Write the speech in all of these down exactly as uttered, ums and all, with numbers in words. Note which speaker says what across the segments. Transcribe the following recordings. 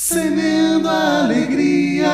Speaker 1: semeando a alegria.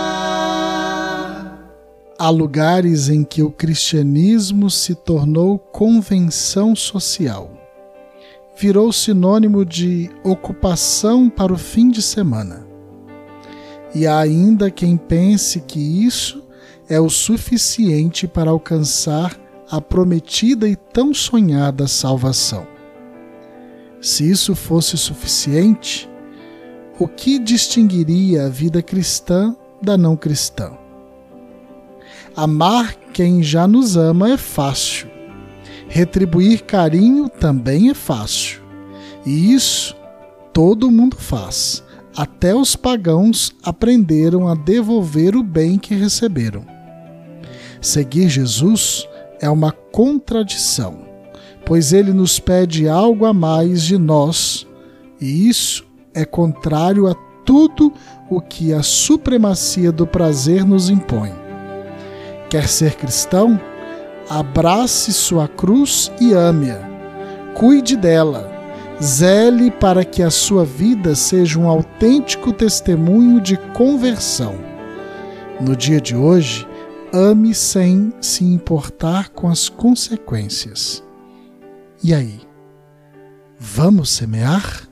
Speaker 2: Há lugares em que o cristianismo se tornou convenção social. Virou sinônimo de ocupação para o fim de semana. E há ainda quem pense que isso é o suficiente para alcançar a prometida e tão sonhada salvação. Se isso fosse suficiente, o que distinguiria a vida cristã da não cristã? Amar quem já nos ama é fácil. Retribuir carinho também é fácil. E isso todo mundo faz. Até os pagãos aprenderam a devolver o bem que receberam. Seguir Jesus é uma contradição, pois ele nos pede algo a mais de nós, e isso é contrário a tudo o que a supremacia do prazer nos impõe. Quer ser cristão? Abrace sua cruz e ame-a. Cuide dela. Zele para que a sua vida seja um autêntico testemunho de conversão. No dia de hoje, ame sem se importar com as consequências. E aí, vamos semear?